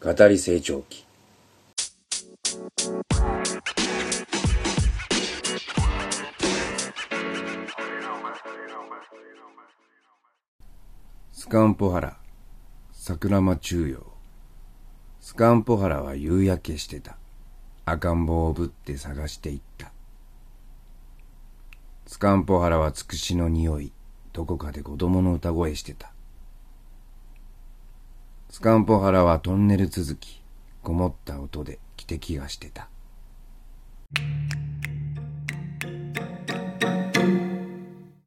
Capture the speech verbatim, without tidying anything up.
語り成長期。スカンポハラ、桜間中陽。スカンポハラは夕焼けしてた。赤ん坊をぶって探していった。スカンポハラはつくしの匂い、どこかで子供の歌声してた。スカンポハラはトンネル続き、こもった音で汽笛がしてた。